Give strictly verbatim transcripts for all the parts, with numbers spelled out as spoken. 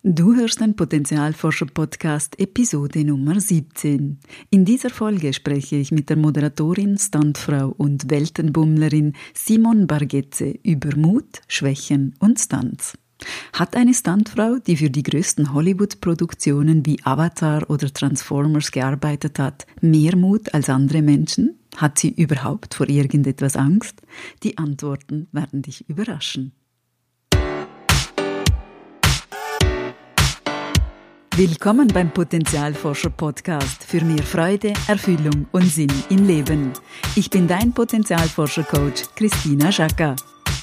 Du hörst den Potenzialforscher-Podcast Episode Nummer siebzehn. In dieser Folge spreche ich mit der Moderatorin, Stuntfrau und Weltenbummlerin Simone Bargetze über Mut, Schwächen und Stunts. Hat eine Stuntfrau, die für die größten Hollywood-Produktionen wie Avatar oder Transformers gearbeitet hat, mehr Mut als andere Menschen? Hat sie überhaupt vor irgendetwas Angst? Die Antworten werden dich überraschen. Willkommen beim Potenzialforscher-Podcast für mehr Freude, Erfüllung und Sinn im Leben. Ich bin dein Potenzialforscher-Coach Christina Schaka.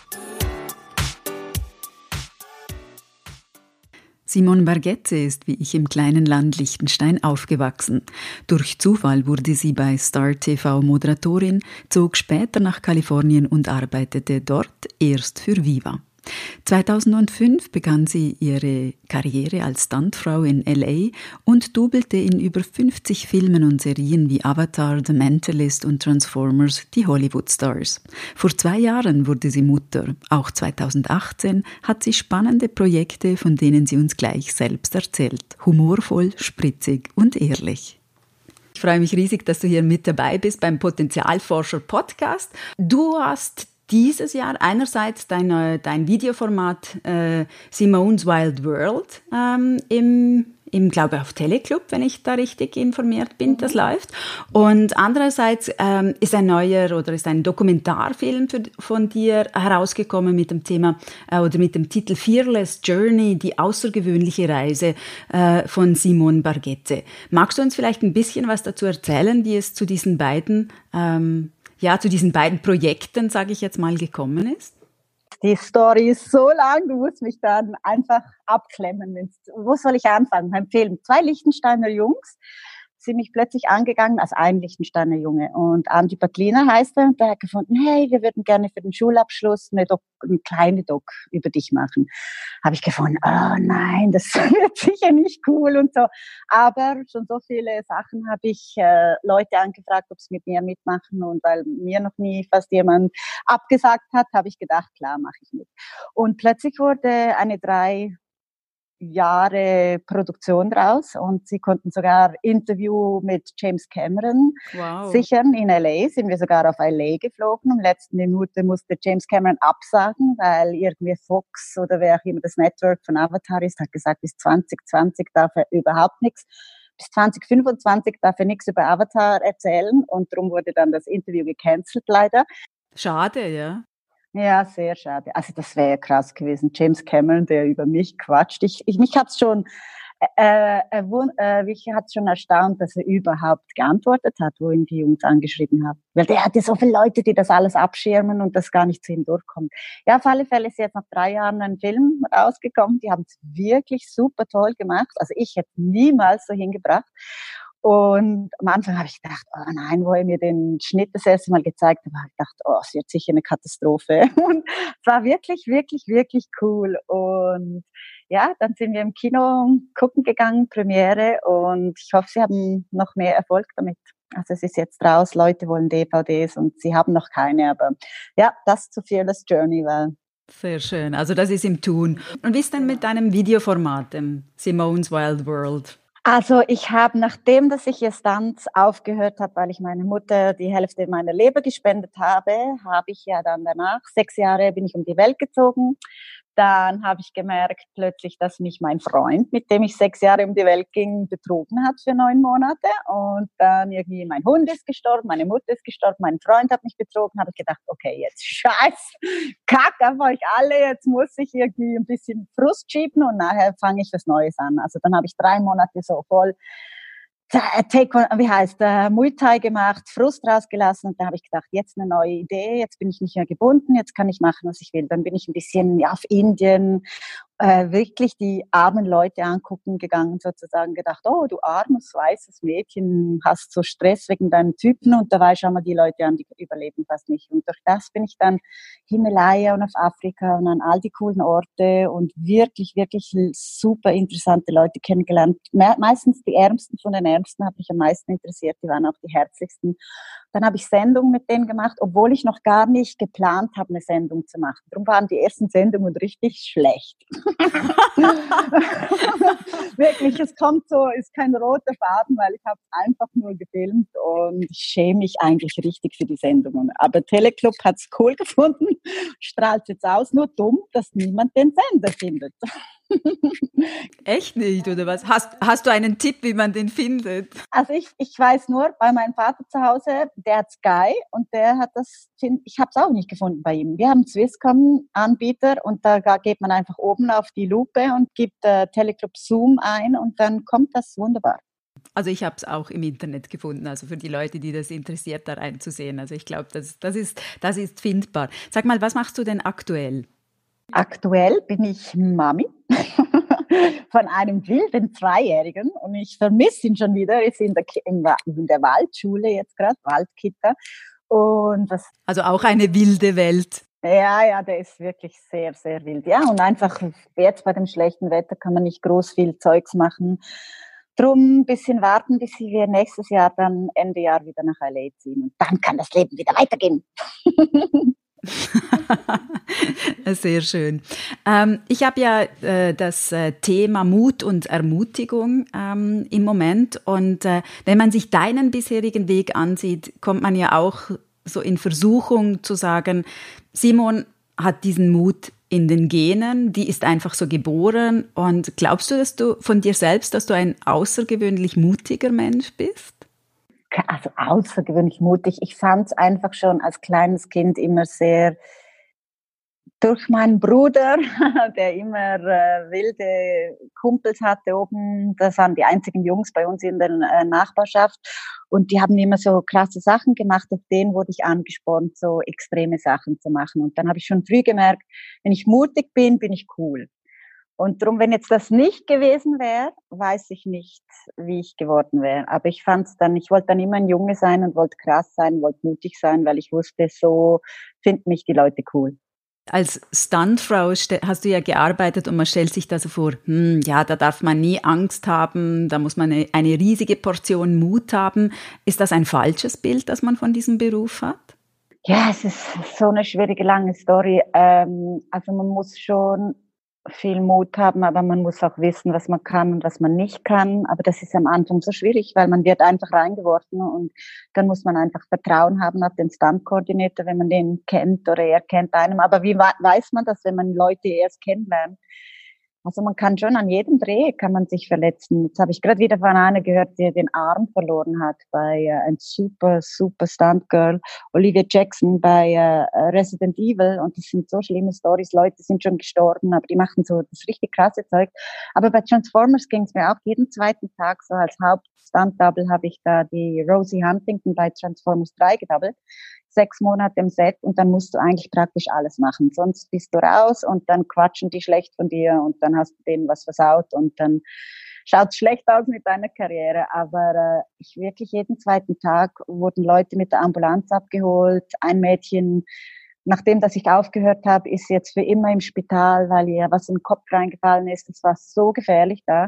Simone Bargetze ist wie ich im kleinen Land Liechtenstein aufgewachsen. Durch Zufall wurde sie bei Star T V Moderatorin, zog später nach Kalifornien und arbeitete dort erst für Viva. zweitausendfünf begann sie ihre Karriere als Stuntfrau in L A und dubelte in über fünfzig Filmen und Serien wie Avatar, The Mentalist und Transformers die Hollywood-Stars. Vor zwei Jahren wurde sie Mutter. Auch zweitausendachtzehn hat sie spannende Projekte, von denen sie uns gleich selbst erzählt. Humorvoll, spritzig und ehrlich. Ich freue mich riesig, dass du hier mit dabei bist beim Potenzialforscher-Podcast. Du hast dieses Jahr einerseits dein, dein Videoformat äh, Simone's Wild World ähm, im, im glaube auf Teleclub, wenn ich da richtig informiert bin, das läuft. Und andererseits ähm, ist ein neuer oder ist ein Dokumentarfilm für, von dir herausgekommen mit dem Thema äh, oder mit dem Titel Fearless Journey, die außergewöhnliche Reise äh, von Simone Bargetze. Magst du uns vielleicht ein bisschen was dazu erzählen, wie es zu diesen beiden ähm, ja, zu diesen beiden Projekten, sage ich jetzt mal, gekommen ist? Die Story ist so lang, du musst mich dann einfach abklemmen. Wo soll ich anfangen? Beim Film. Zwei Liechtensteiner Jungs sind mich plötzlich angegangen, als ein Liechtensteiner Junge. Und Andi Batliner heißt er, und der hat gefunden, hey, wir würden gerne für den Schulabschluss eine, Doc, eine kleine Doc über dich machen. Habe ich gefunden, oh nein, das wird sicher nicht cool und so. Aber schon so viele Sachen habe ich äh, Leute angefragt, ob sie mit mir mitmachen. Und weil mir noch nie fast jemand abgesagt hat, habe ich gedacht, klar, mache ich mit. Und plötzlich wurde eine drei Jahre Produktion draus und sie konnten sogar Interview mit James Cameron wow. sichern. In L A sind wir sogar auf L A geflogen. Um letzte Minute musste James Cameron absagen, weil irgendwie Fox oder wer auch immer das Network von Avatar ist, hat gesagt, bis zwanzig zwanzig darf er überhaupt nichts. Bis zwanzig fünfundzwanzig darf er nichts über Avatar erzählen und darum wurde dann das Interview gecancelt leider. Schade, ja. Ja, sehr schade. Also das wäre ja krass gewesen. James Cameron, der über mich quatscht. Ich, ich mich hat's schon, äh, äh, äh, mich hat's schon erstaunt, dass er überhaupt geantwortet hat, wo ihn die Jungs angeschrieben haben. Weil der hat ja so viele Leute, die das alles abschirmen und das gar nicht zu ihm durchkommt. Ja, auf alle Fälle ist jetzt nach drei Jahren ein Film rausgekommen. Die haben es wirklich super toll gemacht. Also ich hätte niemals so hingebracht. Und am Anfang habe ich gedacht, oh nein, wo er mir den Schnitt das erste Mal gezeigt hat, habe ich gedacht, oh, es wird sicher eine Katastrophe. Und es war wirklich, wirklich, wirklich cool. Und ja, dann sind wir im Kino gucken gegangen, Premiere, und ich hoffe, Sie haben noch mehr Erfolg damit. Also es ist jetzt raus, Leute wollen D V Ds und sie haben noch keine, aber ja, das zu Fearless Journey war. Sehr schön, also das ist im Tun. Und wie ist denn mit deinem Videoformat, dem Simone's Wild World? Also ich habe, nachdem dass ich jetzt Stunts aufgehört habe, weil ich meine Mutter die Hälfte meiner Leber gespendet habe, habe ich ja dann danach, sechs Jahre bin ich um die Welt gezogen. Dann habe ich gemerkt plötzlich, dass mich mein Freund, mit dem ich sechs Jahre um die Welt ging, betrogen hat für neun Monate. Und dann irgendwie mein Hund ist gestorben, meine Mutter ist gestorben, mein Freund hat mich betrogen. Habe ich gedacht, okay, jetzt scheiß, kack auf euch alle, jetzt muss ich irgendwie ein bisschen Frust schieben und nachher fange ich was Neues an. Also dann habe ich drei Monate so voll Take, wie heißt, äh, Muay Thai gemacht, Frust rausgelassen, und da habe ich gedacht, jetzt eine neue Idee, jetzt bin ich nicht mehr gebunden, jetzt kann ich machen, was ich will. Dann bin ich ein bisschen ja, auf Indien, äh, wirklich die armen Leute angucken gegangen, sozusagen gedacht, oh, du armes, weißes Mädchen, hast so Stress wegen deinem Typen, und dabei schauen wir die Leute an, die überleben fast nicht. Und durch das bin ich dann Himalaya und auf Afrika und an all die coolen Orte und wirklich, wirklich super interessante Leute kennengelernt. Me- meistens die Ärmsten von den Ärmsten hat mich am meisten interessiert, die waren auch die herzlichsten. Dann habe ich Sendungen mit denen gemacht, obwohl ich noch gar nicht geplant habe, eine Sendung zu machen. Darum waren die ersten Sendungen richtig schlecht. Wirklich, es kommt so, ist kein roter Faden, weil ich habe einfach nur gefilmt und ich schäme mich eigentlich richtig für die Sendungen. Aber Teleclub hat es cool gefunden, strahlt jetzt aus, nur dumm, dass niemand den Sender findet. Echt nicht, oder was? Hast, hast du einen Tipp, wie man den findet? Also ich, ich weiß nur, bei meinem Vater zu Hause, der hat Sky und der hat das, ich habe es auch nicht gefunden bei ihm. Wir haben Swisscom-Anbieter und da geht man einfach oben auf die Lupe und gibt äh, Teleclub Zoom ein und dann kommt das wunderbar. Also ich habe es auch im Internet gefunden, also für die Leute, die das interessiert, da reinzusehen. Also ich glaube, das, das, ist, das ist findbar. Sag mal, was machst du denn aktuell? Aktuell bin ich Mami von einem wilden Zweijährigen und ich vermisse ihn schon wieder. Er ist in der, in der Waldschule jetzt gerade, Waldkita. Und was, also auch eine wilde Welt. Ja, ja, der ist wirklich sehr, sehr wild. Ja, und einfach jetzt bei dem schlechten Wetter kann man nicht groß viel Zeugs machen. Drum ein bisschen warten, bis wir nächstes Jahr dann Ende Jahr wieder nach L A ziehen. Und dann kann das Leben wieder weitergehen. Sehr schön. Ähm, ich habe ja äh, das äh, Thema Mut und Ermutigung ähm, im Moment. Und äh, wenn man sich deinen bisherigen Weg ansieht, kommt man ja auch so in Versuchung zu sagen, Simon hat diesen Mut in den Genen, die ist einfach so geboren. Und glaubst du, dass du von dir selbst, dass du ein außergewöhnlich mutiger Mensch bist? Also außergewöhnlich mutig. Ich fand es einfach schon als kleines Kind immer sehr, durch meinen Bruder, der immer äh, wilde Kumpels hatte oben, das waren die einzigen Jungs bei uns in der äh, Nachbarschaft und die haben immer so krasse Sachen gemacht, auf denen wurde ich angespornt, so extreme Sachen zu machen. Und dann habe ich schon früh gemerkt, wenn ich mutig bin, bin ich cool. Und darum, wenn jetzt das nicht gewesen wäre, weiß ich nicht, wie ich geworden wäre. Aber ich fand es dann, ich wollte dann immer ein Junge sein und wollte krass sein, wollte mutig sein, weil ich wusste, so finden mich die Leute cool. Als Stuntfrau hast du ja gearbeitet und man stellt sich da so vor, hm, ja, da darf man nie Angst haben, da muss man eine, eine riesige Portion Mut haben. Ist das ein falsches Bild, das man von diesem Beruf hat? Ja, es ist so eine schwierige, lange Story. Ähm, also man muss schon viel Mut haben, aber man muss auch wissen, was man kann und was man nicht kann. Aber das ist am Anfang so schwierig, weil man wird einfach reingeworfen und dann muss man einfach Vertrauen haben auf den Stunt-Koordinator, wenn man den kennt oder er kennt einem. Aber wie weiß man das, wenn man Leute erst kennenlernt? Also man kann schon an jedem Dreh kann man sich verletzen. Jetzt habe ich gerade wieder von einer gehört, die den Arm verloren hat bei äh, ein super, super Stunt-Girl, Olivia Jackson bei äh, Resident Evil. Und das sind so schlimme Stories. Leute sind schon gestorben, aber die machen so das richtig krasse Zeug. Aber bei Transformers ging es mir auch jeden zweiten Tag so. Als Haupt-Stunt-Double habe ich da die Rosie Huntington bei Transformers drei gedoubled. Sechs Monate im Set und dann musst du eigentlich praktisch alles machen. Sonst bist du raus und dann quatschen die schlecht von dir und dann hast du denen was versaut und dann schaut es schlecht aus mit deiner Karriere. Aber äh, ich wirklich jeden zweiten Tag wurden Leute mit der Ambulanz abgeholt. Ein Mädchen, nachdem dass ich aufgehört habe, ist jetzt für immer im Spital, weil ihr was in den Kopf reingefallen ist. Das war so gefährlich da.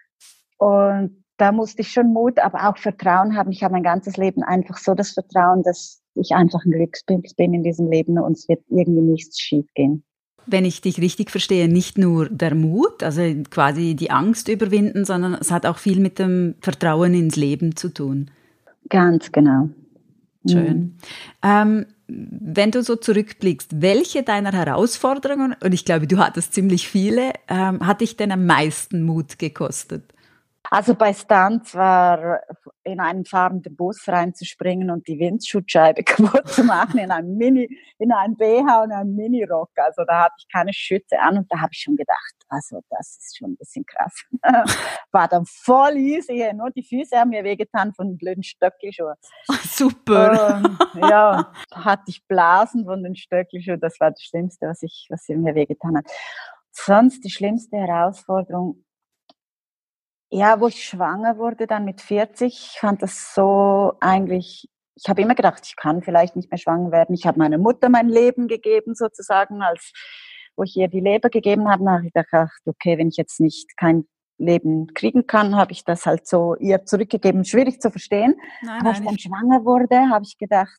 Und da musste ich schon Mut, aber auch Vertrauen haben. Ich habe mein ganzes Leben einfach so das Vertrauen, dass ich einfach ein Glückspilz bin in diesem Leben und es wird irgendwie nichts schief gehen. Wenn ich dich richtig verstehe, nicht nur der Mut, also quasi die Angst überwinden, sondern es hat auch viel mit dem Vertrauen ins Leben zu tun. Ganz genau. Schön. Mhm. Ähm, wenn du so zurückblickst, welche deiner Herausforderungen, und ich glaube, du hattest ziemlich viele, ähm, hat dich denn am meisten Mut gekostet? Also bei Stunts war in einen fahrenden Bus reinzuspringen und die Windschutzscheibe kaputt zu machen in einem Mini, in einem B H und einem Minirock. Also da hatte ich keine Schütze an und da habe ich schon gedacht, also das ist schon ein bisschen krass. War dann voll easy, nur die Füße haben mir wehgetan von den blöden Stöckelschuhen. Super. Und, ja, hatte ich Blasen von den Stöckelschuhen, das war das Schlimmste, was ich, was mir wehgetan hat. Sonst die schlimmste Herausforderung, ja, wo ich schwanger wurde, dann mit vierzig, ich fand das so eigentlich, ich habe immer gedacht, ich kann vielleicht nicht mehr schwanger werden. Ich habe meiner Mutter mein Leben gegeben, sozusagen, als wo ich ihr die Leber gegeben habe. Dann habe ich gedacht, okay, wenn ich jetzt nicht kein Leben kriegen kann, habe ich das halt so ihr zurückgegeben. Schwierig zu verstehen. Nein, Aber als nein, ich dann schwanger wurde, habe ich gedacht,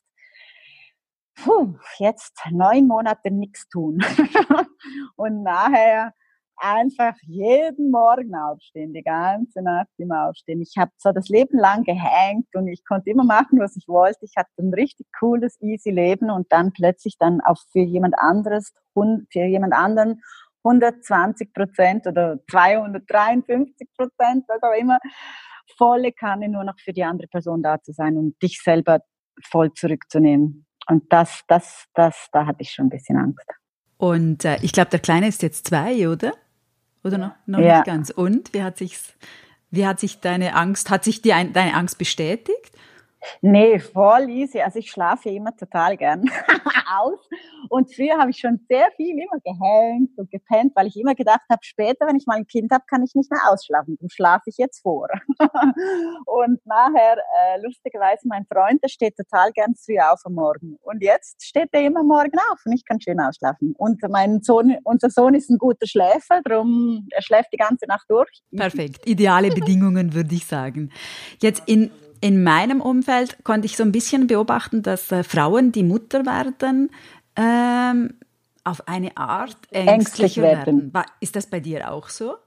puh, jetzt neun Monate nichts tun. Und nachher einfach jeden Morgen aufstehen, die ganze Nacht immer aufstehen. Ich habe so das Leben lang gehängt und ich konnte immer machen, was ich wollte. Ich hatte ein richtig cooles, easy Leben und dann plötzlich dann auch für jemand anderes, für jemand anderen hundertzwanzig Prozent oder zweihundertdreiundfünfzig Prozent, was auch immer, volle Kanne nur noch für die andere Person da zu sein und dich selber voll zurückzunehmen. Und das, das, das, da hatte ich schon ein bisschen Angst. Und äh, ich glaube, der Kleine ist jetzt zwei, oder? Oder noch, noch ja. nicht ganz. Und wie hat sich's, wie hat sich deine Angst, hat sich die, deine Angst bestätigt? Nee, voll easy. Also ich schlafe immer total gern aus. Und früher habe ich schon sehr viel immer gehängt und gepennt, weil ich immer gedacht habe, später, wenn ich mal ein Kind habe, kann ich nicht mehr ausschlafen. Dann schlafe ich jetzt vor. Und nachher, äh, lustigerweise, mein Freund, der steht total gern früh auf am Morgen. Und jetzt steht er immer morgen auf und ich kann schön ausschlafen. Und mein Sohn, unser Sohn ist ein guter Schläfer, darum, er schläft die ganze Nacht durch. Perfekt. Ideale Bedingungen, würde ich sagen. Jetzt in In meinem Umfeld konnte ich so ein bisschen beobachten, dass äh, Frauen, die Mutter werden, ähm, auf eine Art ängstlicher werden. War, ist das bei dir auch so?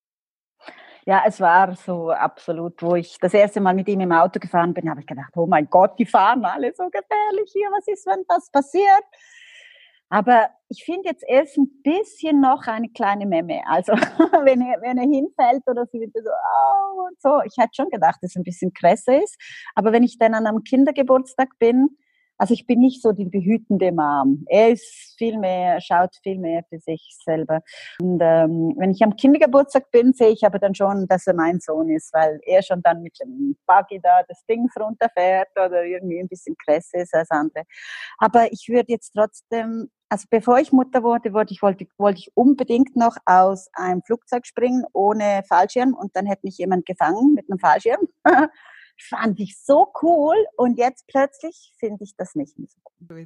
Ja, es war so absolut, wo ich das erste Mal mit ihm im Auto gefahren bin, habe ich gedacht, oh mein Gott, die fahren alle so gefährlich hier, was ist, wenn das passiert? Aber ich finde jetzt erst ein bisschen noch eine kleine Memme. Also wenn er, wenn er hinfällt oder so, so, oh, und so. Ich hätte schon gedacht, dass es ein bisschen krasser ist. Aber wenn ich dann an einem Kindergeburtstag bin, also ich bin nicht so die behütende Mom. Er ist viel mehr, schaut viel mehr für sich selber. Und ähm, wenn ich am Kindergeburtstag bin, sehe ich aber dann schon, dass er mein Sohn ist, weil er schon dann mit dem Buggy da das Ding runterfährt oder irgendwie ein bisschen krasser ist als andere. Aber ich würde jetzt trotzdem, also bevor ich Mutter wurde, wollte ich, wollte, wollte ich unbedingt noch aus einem Flugzeug springen ohne Fallschirm und dann hätte mich jemand gefangen mit einem Fallschirm. Fand ich so cool und jetzt plötzlich finde ich das nicht mehr so cool.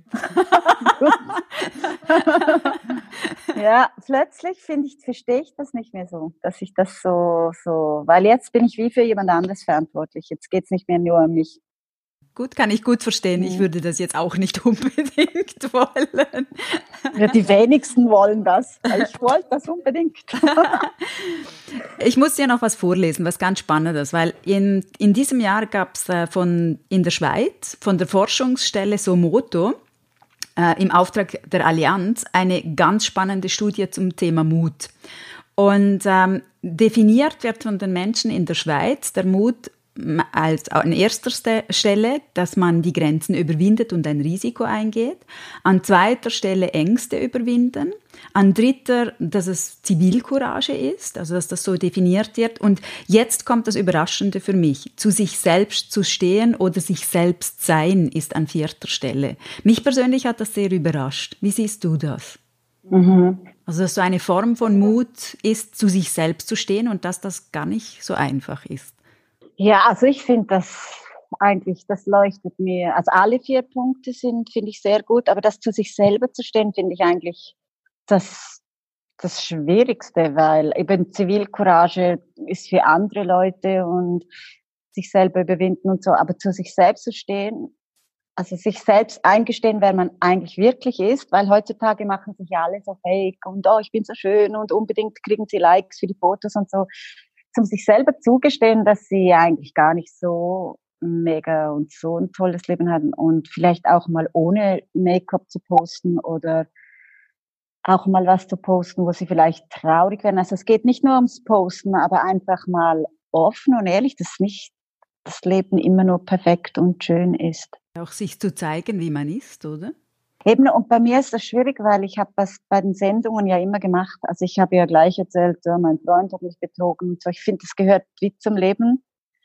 Ja, plötzlich finde ich, verstehe ich das nicht mehr so, dass ich das so, so, weil jetzt bin ich wie für jemand anderes verantwortlich. Jetzt geht es nicht mehr nur um mich. Gut, kann ich gut verstehen. Ich würde das jetzt auch nicht unbedingt wollen. Ja, die wenigsten wollen das. Ich wollte das unbedingt. Ich muss dir noch was vorlesen, was ganz Spannendes, weil in, in diesem Jahr gab es äh, von in der Schweiz von der Forschungsstelle Somoto äh, im Auftrag der Allianz eine ganz spannende Studie zum Thema Mut. Und ähm, definiert wird von den Menschen in der Schweiz der Mut als an erster Stelle, dass man die Grenzen überwindet und ein Risiko eingeht. An zweiter Stelle Ängste überwinden. An dritter, dass es Zivilcourage ist, also dass das so definiert wird. Und jetzt kommt das Überraschende für mich. Zu sich selbst zu stehen oder sich selbst sein ist an vierter Stelle. Mich persönlich hat das sehr überrascht. Wie siehst du das? Mhm. Also dass so eine Form von Mut ist, zu sich selbst zu stehen und dass das gar nicht so einfach ist. Ja, also ich finde das eigentlich, das leuchtet mir, also alle vier Punkte sind, finde ich sehr gut, aber das zu sich selber zu stehen, finde ich eigentlich das, das Schwierigste, weil eben Zivilcourage ist für andere Leute und sich selber überwinden und so, aber zu sich selbst zu stehen, also sich selbst eingestehen, wer man eigentlich wirklich ist, weil heutzutage machen sich alle so fake und oh, ich bin so schön und unbedingt kriegen sie Likes für die Fotos und so. Um sich selber zugestehen, dass sie eigentlich gar nicht so mega und so ein tolles Leben haben und vielleicht auch mal ohne Make-up zu posten oder auch mal was zu posten, wo sie vielleicht traurig werden. Also es geht nicht nur ums Posten, aber einfach mal offen und ehrlich, dass nicht das Leben immer nur perfekt und schön ist. Auch sich zu zeigen, wie man ist, oder? Eben, und bei mir ist das schwierig, weil ich habe das bei den Sendungen ja immer gemacht. Also ich habe ja gleich erzählt, ja, mein Freund hat mich betrogen und so. Ich finde, das gehört wie zum Leben.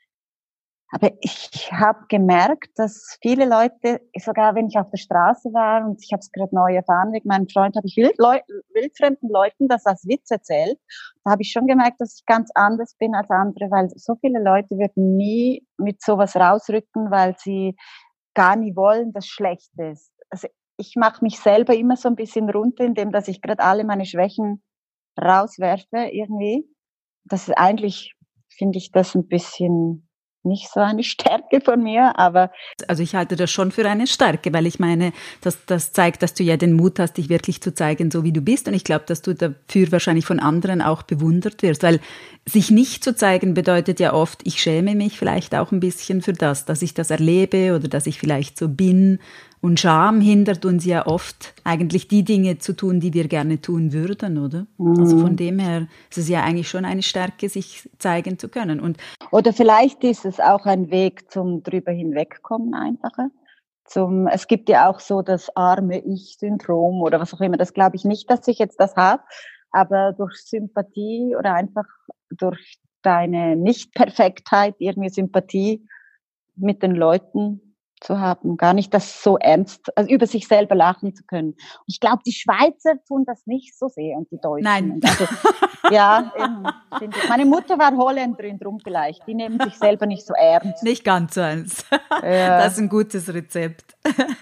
Aber ich habe gemerkt, dass viele Leute, sogar wenn ich auf der Straße war und ich habe es gerade neu erfahren wegen meinem Freund, habe ich wild, wildfremden Leuten das als Witz erzählt. Da habe ich schon gemerkt, dass ich ganz anders bin als andere, weil so viele Leute würden nie mit sowas rausrücken, weil sie gar nie wollen, dass schlecht ist. Also ich mache mich selber immer so ein bisschen runter, indem dass ich gerade alle meine Schwächen rauswerfe irgendwie. Das ist eigentlich, finde ich das ein bisschen nicht so eine Stärke von mir, aber... Also ich halte das schon für eine Stärke, weil ich meine, das, das zeigt, dass du ja den Mut hast, dich wirklich zu zeigen, so wie du bist. Und ich glaube, dass du dafür wahrscheinlich von anderen auch bewundert wirst, weil sich nicht zu zeigen bedeutet ja oft, ich schäme mich vielleicht auch ein bisschen für das, dass ich das erlebe oder dass ich vielleicht so bin. Und Scham hindert uns ja oft, eigentlich die Dinge zu tun, die wir gerne tun würden, oder? Mhm. Also von dem her ist es ja eigentlich schon eine Stärke, sich zeigen zu können. Und oder vielleicht ist es auch ein Weg zum drüber hinwegkommen einfacher. Zum, es gibt ja auch so das arme Ich-Syndrom oder was auch immer. Das glaube ich nicht, dass ich jetzt das habe, aber durch Sympathie oder einfach durch deine Nicht-Perfektheit irgendwie Sympathie mit den Leuten zu haben, gar nicht das so ernst, also über sich selber lachen zu können. Und ich glaube, die Schweizer tun das nicht so sehr und die Deutschen. Nein. Und also, ja, eben, meine Mutter war Holländerin, drum vielleicht. Die nehmen sich selber nicht so ernst. Nicht ganz so ernst. Ja. Das ist ein gutes Rezept.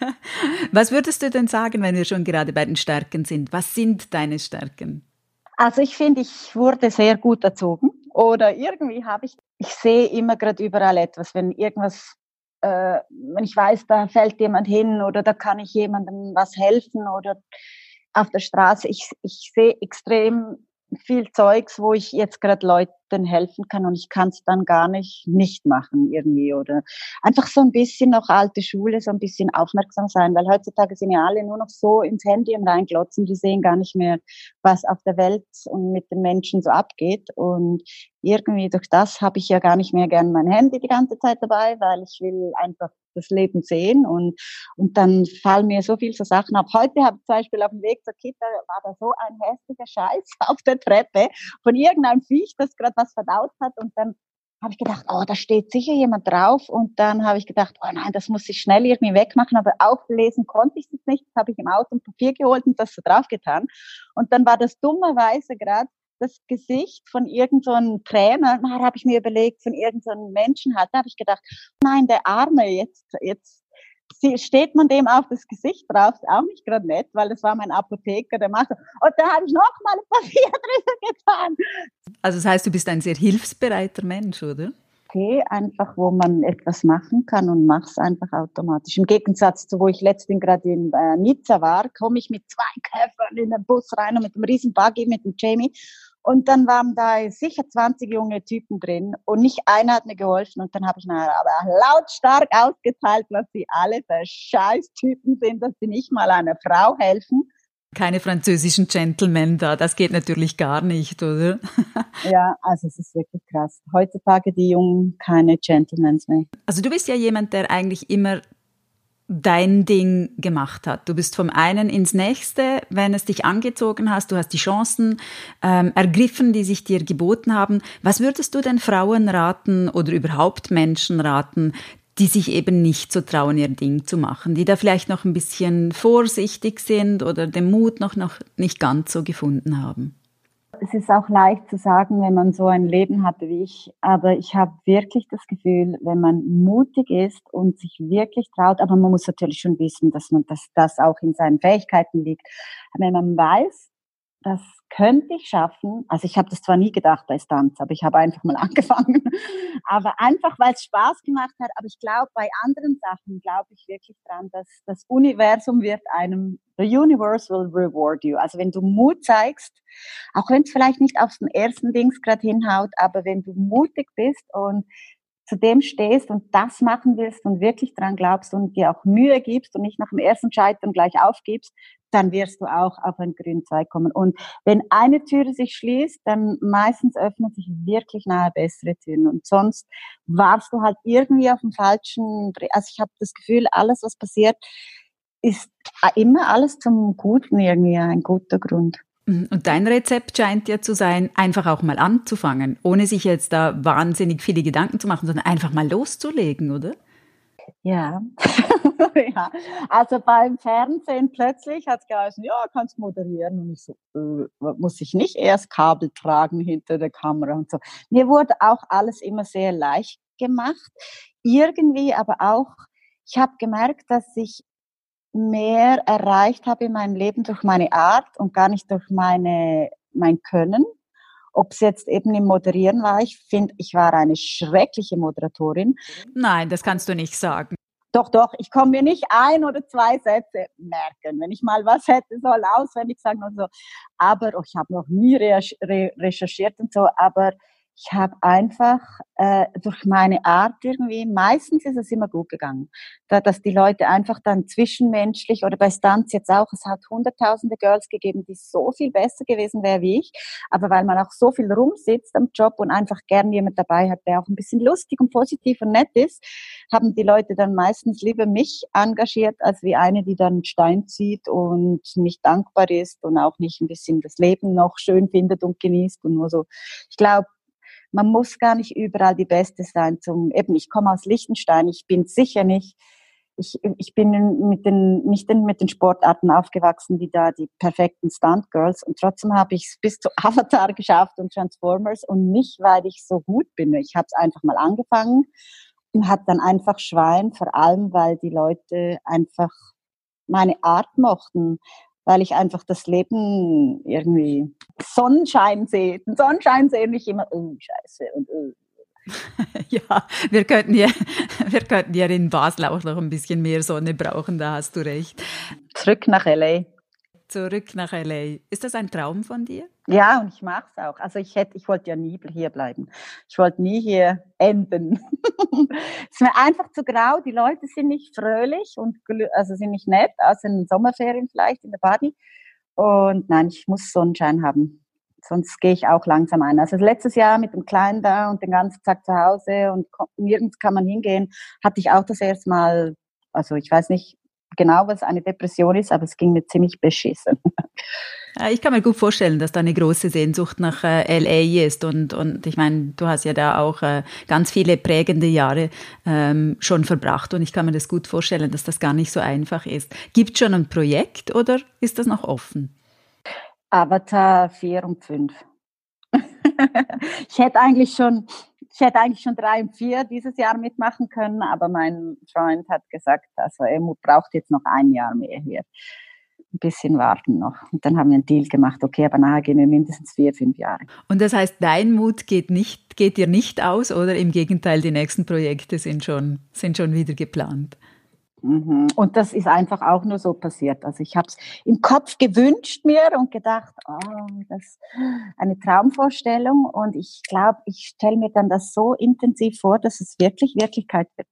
Was würdest du denn sagen, wenn wir schon gerade bei den Stärken sind? Was sind deine Stärken? Also ich finde, ich wurde sehr gut erzogen oder irgendwie habe ich, ich sehe immer gerade überall etwas, wenn irgendwas Äh, wenn ich weiß, da fällt jemand hin oder da kann ich jemandem was helfen oder auf der Straße. Ich, ich sehe extrem viel Zeugs, wo ich jetzt gerade Leuten helfen kann und ich kann es dann gar nicht nicht machen irgendwie oder einfach so ein bisschen noch alte Schule, so ein bisschen aufmerksam sein, weil heutzutage sind ja alle nur noch so ins Handy und reinglotzen, die sehen gar nicht mehr, was auf der Welt und mit den Menschen so abgeht und irgendwie durch das habe ich ja gar nicht mehr gern mein Handy die ganze Zeit dabei, weil ich will einfach das Leben sehen und und dann fallen mir so viel so Sachen ab. Heute habe ich zum Beispiel auf dem Weg zur Kita war da so ein hässlicher Scheiß auf der Treppe von irgendeinem Viech, das gerade was verdaut hat und dann habe ich gedacht, oh, da steht sicher jemand drauf und dann habe ich gedacht, oh nein, das muss ich schnell irgendwie wegmachen, aber auflesen konnte ich es nicht, das habe ich im Auto ein Papier geholt und das so draufgetan und dann war das dummerweise gerade das Gesicht von irgendeinem so Trainer, da habe ich mir überlegt, von irgendeinem so Menschen hat, da habe ich gedacht, nein, der Arme, jetzt, jetzt steht man dem auf das Gesicht drauf, ist auch nicht gerade nett, weil das war mein Apotheker, der macht so, und da habe ich noch mal ein Papier drüber getan. Also das heißt, du bist ein sehr hilfsbereiter Mensch, oder? Okay, einfach, wo man etwas machen kann und mach's einfach automatisch. Im Gegensatz zu, wo ich letztens gerade in äh, Nizza war, komme ich mit zwei Käfern in den Bus rein und mit einem riesen Buggy, mit dem Jamie. Und dann waren da sicher zwanzig junge Typen drin und nicht einer hat mir geholfen. Und dann habe ich mir aber lautstark ausgeteilt, was sie alle für Scheißtypen sind, dass sie nicht mal einer Frau helfen. Keine französischen Gentlemen da, das geht natürlich gar nicht, oder? Ja, also es ist wirklich krass. Heutzutage die Jungen keine Gentlemen mehr. Also du bist ja jemand, der eigentlich immer dein Ding gemacht hat. Du bist vom einen ins nächste, wenn es dich angezogen hast, du hast die Chancen ähm, ergriffen, die sich dir geboten haben. Was würdest du denn Frauen raten oder überhaupt Menschen raten, die sich eben nicht so trauen, ihr Ding zu machen, die da vielleicht noch ein bisschen vorsichtig sind oder den Mut noch, noch nicht ganz so gefunden haben? Es ist auch leicht zu sagen, wenn man so ein Leben hatte wie ich, aber ich habe wirklich das Gefühl, wenn man mutig ist und sich wirklich traut, aber man muss natürlich schon wissen, dass man dass das auch in seinen Fähigkeiten liegt. Wenn man weiß, das könnte ich schaffen, also ich habe das zwar nie gedacht bei Stunts, aber ich habe einfach mal angefangen, aber einfach, weil es Spaß gemacht hat, aber ich glaube, bei anderen Sachen glaube ich wirklich dran, dass das Universum wird einem, the universe will reward you, also wenn du Mut zeigst, auch wenn es vielleicht nicht auf den ersten Dings gerade hinhaut, aber wenn du mutig bist und zu dem stehst und das machen willst und wirklich dran glaubst und dir auch Mühe gibst und nicht nach dem ersten Scheitern gleich aufgibst, dann wirst du auch auf einen grünen Zweig kommen. Und wenn eine Türe sich schließt, dann meistens öffnen sich wirklich nahe bessere Türen. Und sonst warst du halt irgendwie auf dem falschen, also ich habe das Gefühl, alles, was passiert, ist immer alles zum Guten irgendwie ein guter Grund. Und dein Rezept scheint ja zu sein, einfach auch mal anzufangen, ohne sich jetzt da wahnsinnig viele Gedanken zu machen, sondern einfach mal loszulegen, oder? Ja. Ja, also beim Fernsehen plötzlich hat es geheißen, ja, kannst moderieren. Und ich so, äh, muss ich nicht erst Kabel tragen hinter der Kamera und so. Mir wurde auch alles immer sehr leicht gemacht. Irgendwie aber auch, ich habe gemerkt, dass ich mehr erreicht habe in meinem Leben durch meine Art und gar nicht durch meine, mein Können. Ob es jetzt eben im Moderieren war, ich finde, ich war eine schreckliche Moderatorin. Nein, das kannst du nicht sagen. Doch, doch, ich komme mir nicht ein oder zwei Sätze merken. Wenn ich mal was hätte, soll auswendig sagen und so. Aber oh, ich habe noch nie re- recherchiert und so, aber ich habe einfach äh, durch meine Art irgendwie, meistens ist es immer gut gegangen, da, dass die Leute einfach dann zwischenmenschlich oder bei Stunts jetzt auch, es hat hunderttausende Girls gegeben, die so viel besser gewesen wären wie ich, aber weil man auch so viel rumsitzt am Job und einfach gern jemand dabei hat, der auch ein bisschen lustig und positiv und nett ist, haben die Leute dann meistens lieber mich engagiert, als wie eine, die dann einen Stein zieht und nicht dankbar ist und auch nicht ein bisschen das Leben noch schön findet und genießt und nur so. Ich glaube, man muss gar nicht überall die Beste sein. Zum eben, ich komme aus Liechtenstein. Ich bin sicher nicht. Ich, ich bin mit den nicht mit den Sportarten aufgewachsen wie da die perfekten Stunt-Girls und trotzdem habe ich es bis zu Avatar geschafft und Transformers und nicht, weil ich so gut bin. Ich habe es einfach mal angefangen und hatte dann einfach Schwein, vor allem, weil die Leute einfach meine Art mochten, weil ich einfach das Leben irgendwie Sonnenschein sehe. Den Sonnenschein sehe ich immer, oh, scheiße. Und, oh. Ja, wir könnten ja, wir könnten ja in Basel auch noch ein bisschen mehr Sonne brauchen, da hast du recht. Zurück nach L A. Zurück nach L A. Ist das ein Traum von dir? Ja, und ich mag es auch. Also ich hätte, ich wollte ja nie hier bleiben. Ich wollte nie hier enden. Es ist mir einfach zu grau. Die Leute sind nicht fröhlich und also sind nicht nett, außer in den Sommerferien vielleicht in der Party. Und nein, ich muss Sonnenschein haben. Sonst gehe ich auch langsam ein. Also letztes Jahr mit dem Kleinen da und den ganzen Tag zu Hause und nirgends kann man hingehen, hatte ich auch das erste Mal, also ich weiß nicht genau, was eine Depression ist, aber es ging mir ziemlich beschissen. Ich kann mir gut vorstellen, dass da eine große Sehnsucht nach äh, L A ist und, und ich meine, du hast ja da auch äh, ganz viele prägende Jahre ähm, schon verbracht und ich kann mir das gut vorstellen, dass das gar nicht so einfach ist. Gibt es schon ein Projekt oder ist das noch offen? Avatar vier und fünf. Ich hätte eigentlich schon, ich hätte eigentlich schon drei und vier dieses Jahr mitmachen können, aber mein Freund hat gesagt, also er braucht jetzt noch ein Jahr mehr hier. Ein bisschen warten noch. Und dann haben wir einen Deal gemacht, okay, aber nachher gehen wir mindestens vier, fünf Jahre. Und das heißt, dein Mut geht nicht, geht dir nicht aus oder im Gegenteil, die nächsten Projekte sind schon, sind schon wieder geplant? Mhm. Und das ist einfach auch nur so passiert. Also ich habe es im Kopf gewünscht mir und gedacht, oh, das ist eine Traumvorstellung. Und ich glaube, ich stelle mir dann das so intensiv vor, dass es wirklich Wirklichkeit wird.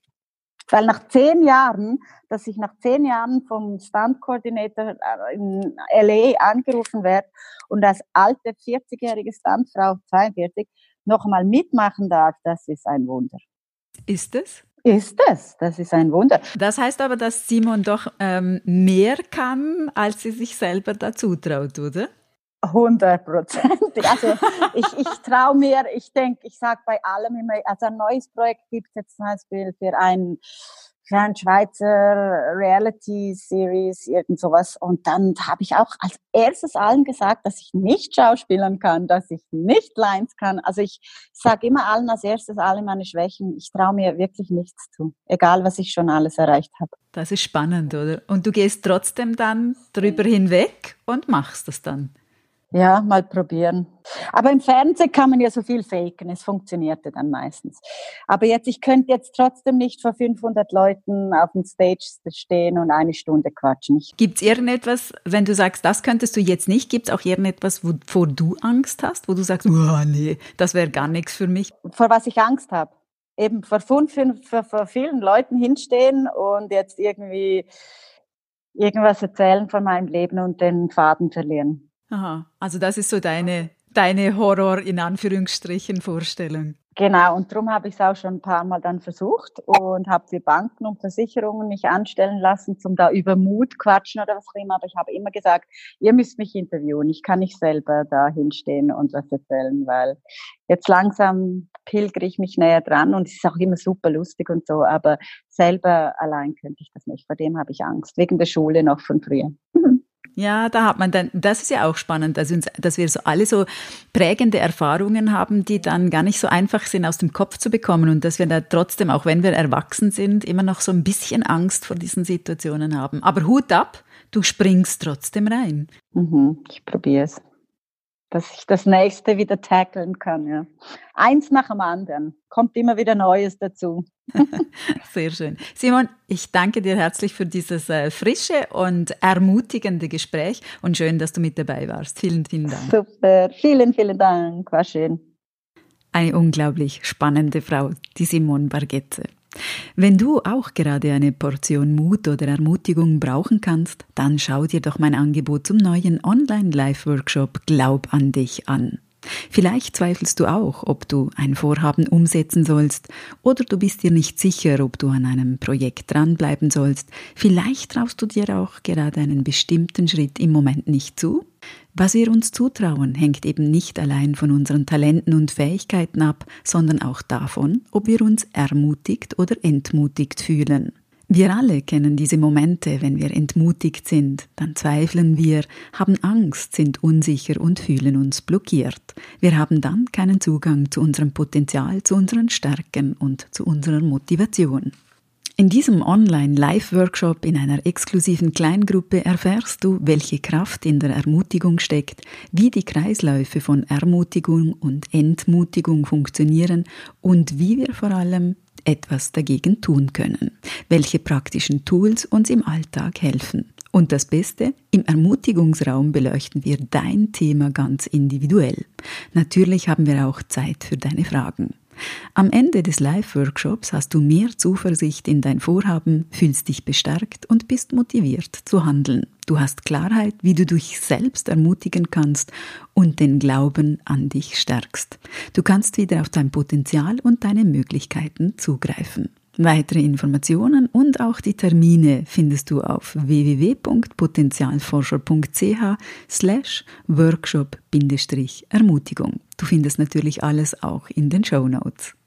Weil nach zehn Jahren, dass ich nach zehn Jahren vom Stunt-Coordinator in L A angerufen werde und als alte vierzigjährige Stuntfrau, zweiundvierzig, noch mal mitmachen darf, das ist ein Wunder. Ist es? Ist es, das ist ein Wunder. Das heißt aber, dass Simone doch ähm, mehr kann, als sie sich selber dazu traut, oder? hundert Prozent. Also ich, ich traue mir, ich denke, ich sage bei allem immer, also ein neues Projekt gibt es jetzt zum Beispiel für ein, für ein Schweizer Reality-Series, irgend sowas. Und dann habe ich auch als erstes allen gesagt, dass ich nicht schauspielern kann, dass ich nicht Lines kann. Also ich sage immer allen als erstes alle meine Schwächen. Ich traue mir wirklich nichts zu, egal was ich schon alles erreicht habe. Das ist spannend, oder? Und du gehst trotzdem dann drüber hinweg und machst das dann. Ja, mal probieren. Aber im Fernsehen kann man ja so viel faken, es funktionierte dann meistens. Aber jetzt, ich könnte jetzt trotzdem nicht vor fünfhundert Leuten auf dem Stage stehen und eine Stunde quatschen. Gibt es irgendetwas, wenn du sagst, das könntest du jetzt nicht, gibt es auch irgendetwas, wovor du Angst hast, wo du sagst, oh nee, das wäre gar nichts für mich? Vor was ich Angst habe? Eben vor, fünf, vor, vor vielen Leuten hinstehen und jetzt irgendwie irgendwas erzählen von meinem Leben und den Faden verlieren. Aha, also das ist so deine, deine Horror, in Anführungsstrichen, Vorstellung. Genau, und darum habe ich es auch schon ein paar Mal dann versucht und habe für Banken und Versicherungen mich anstellen lassen, zum da über Mut quatschen oder was auch immer. Aber ich habe immer gesagt, ihr müsst mich interviewen. Ich kann nicht selber da hinstehen und was erzählen, weil jetzt langsam pilgere ich mich näher dran und es ist auch immer super lustig und so, aber selber allein könnte ich das nicht. Vor dem habe ich Angst, wegen der Schule noch von früher. Ja, da hat man dann, das ist ja auch spannend, dass, uns, dass wir so alle so prägende Erfahrungen haben, die dann gar nicht so einfach sind aus dem Kopf zu bekommen und dass wir da trotzdem, auch wenn wir erwachsen sind, immer noch so ein bisschen Angst vor diesen Situationen haben. Aber Hut ab, du springst trotzdem rein. Mhm, ich probiere es. dass ich das nächste wieder tackeln kann. Ja. Eins nach dem anderen. Kommt immer wieder Neues dazu. Sehr schön. Simone, ich danke dir herzlich für dieses äh, frische und ermutigende Gespräch und schön, dass du mit dabei warst. Vielen, vielen Dank. Super. Vielen, vielen Dank. War schön. Eine unglaublich spannende Frau, die Simone Bargetze. Wenn du auch gerade eine Portion Mut oder Ermutigung brauchen kannst, dann schau dir doch mein Angebot zum neuen Online-Live-Workshop Glaub an dich an. Vielleicht zweifelst du auch, ob du ein Vorhaben umsetzen sollst oder du bist dir nicht sicher, ob du an einem Projekt dranbleiben sollst. Vielleicht traust du dir auch gerade einen bestimmten Schritt im Moment nicht zu. Was wir uns zutrauen, hängt eben nicht allein von unseren Talenten und Fähigkeiten ab, sondern auch davon, ob wir uns ermutigt oder entmutigt fühlen. Wir alle kennen diese Momente, wenn wir entmutigt sind, dann zweifeln wir, haben Angst, sind unsicher und fühlen uns blockiert. Wir haben dann keinen Zugang zu unserem Potenzial, zu unseren Stärken und zu unserer Motivation. In diesem Online-Live-Workshop in einer exklusiven Kleingruppe erfährst du, welche Kraft in der Ermutigung steckt, wie die Kreisläufe von Ermutigung und Entmutigung funktionieren und wie wir vor allem etwas dagegen tun können, welche praktischen Tools uns im Alltag helfen. Und das Beste, im Ermutigungsraum beleuchten wir dein Thema ganz individuell. Natürlich haben wir auch Zeit für deine Fragen. Am Ende des Live-Workshops hast du mehr Zuversicht in dein Vorhaben, fühlst dich bestärkt und bist motiviert zu handeln. Du hast Klarheit, wie du dich selbst ermutigen kannst und den Glauben an dich stärkst. Du kannst wieder auf dein Potenzial und deine Möglichkeiten zugreifen. Weitere Informationen und auch die Termine findest du auf w w w punkt potenzialforscher punkt c h slash workshop Ermutigung. Du findest natürlich alles auch in den Shownotes.